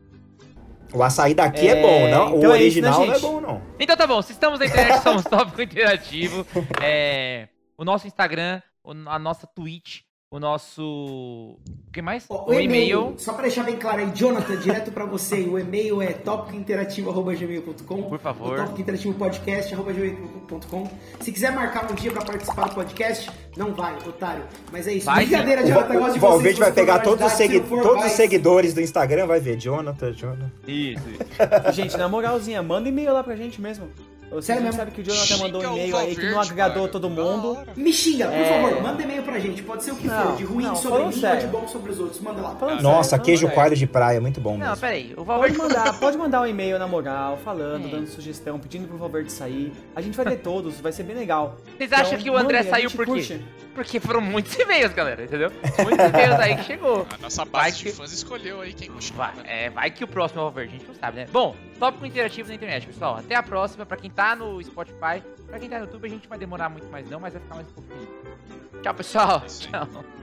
O açaí daqui é bom, não? então O é isso, né, original não é gente? bom, não. Então tá bom, se estamos na internet, somos Tópico Interativo. O nosso Instagram, a nossa Twitch, o nosso... O que mais? Ó, O e-mail. Só pra deixar bem claro aí, Jonathan, direto pra você, o e-mail é topicointerativo@gmail.com. Por favor. O Tópico Interativo Podcast@gmail.com. Se quiser marcar um dia pra participar do podcast, não vai, otário. Mas é isso. Vai, Brincadeira, O Jonathan, gosto de você. Valverde se vai você for pegar maior de todos os idade, se não for, todos vai. os seguidores do Instagram, vai ver. Jonathan. Isso. Gente, na moralzinha, manda e-mail lá pra gente mesmo. Você Sério já mesmo? sabe que o Jonathan mandou um Xinga o e-mail aí que não Valverde, agradou cara. todo Da mundo. hora. Me xinga, por favor, manda e-mail pra gente. Pode ser o que Não, for, de ruim não, sobre falando mim ou de sério. bom sobre os outros. Manda lá. Falando Nossa, sério, queijo falando coalho de praia, muito bom Não, mesmo. peraí. O Pode Valverde... pode mandar um e-mail na moral, falando, É. dando sugestão, pedindo pro Valverde sair. A gente vai ler todos, vai ser bem legal. Vocês acham que o André mandem, a saiu gente por quê? curte. Porque foram muitos e-mails, galera, entendeu? Muitos e-mails aí que chegou. A nossa Vai base que- de fãs escolheu aí quem gostou. Vai que o próximo é o Valverde, a gente não sabe, né? Bom, Tópico Interativo na internet, pessoal. Até a próxima. Pra quem tá no Spotify, pra quem tá no YouTube, a gente vai demorar muito mais não, mas vai ficar mais um pouquinho. Tchau, pessoal. Isso aí. Tchau.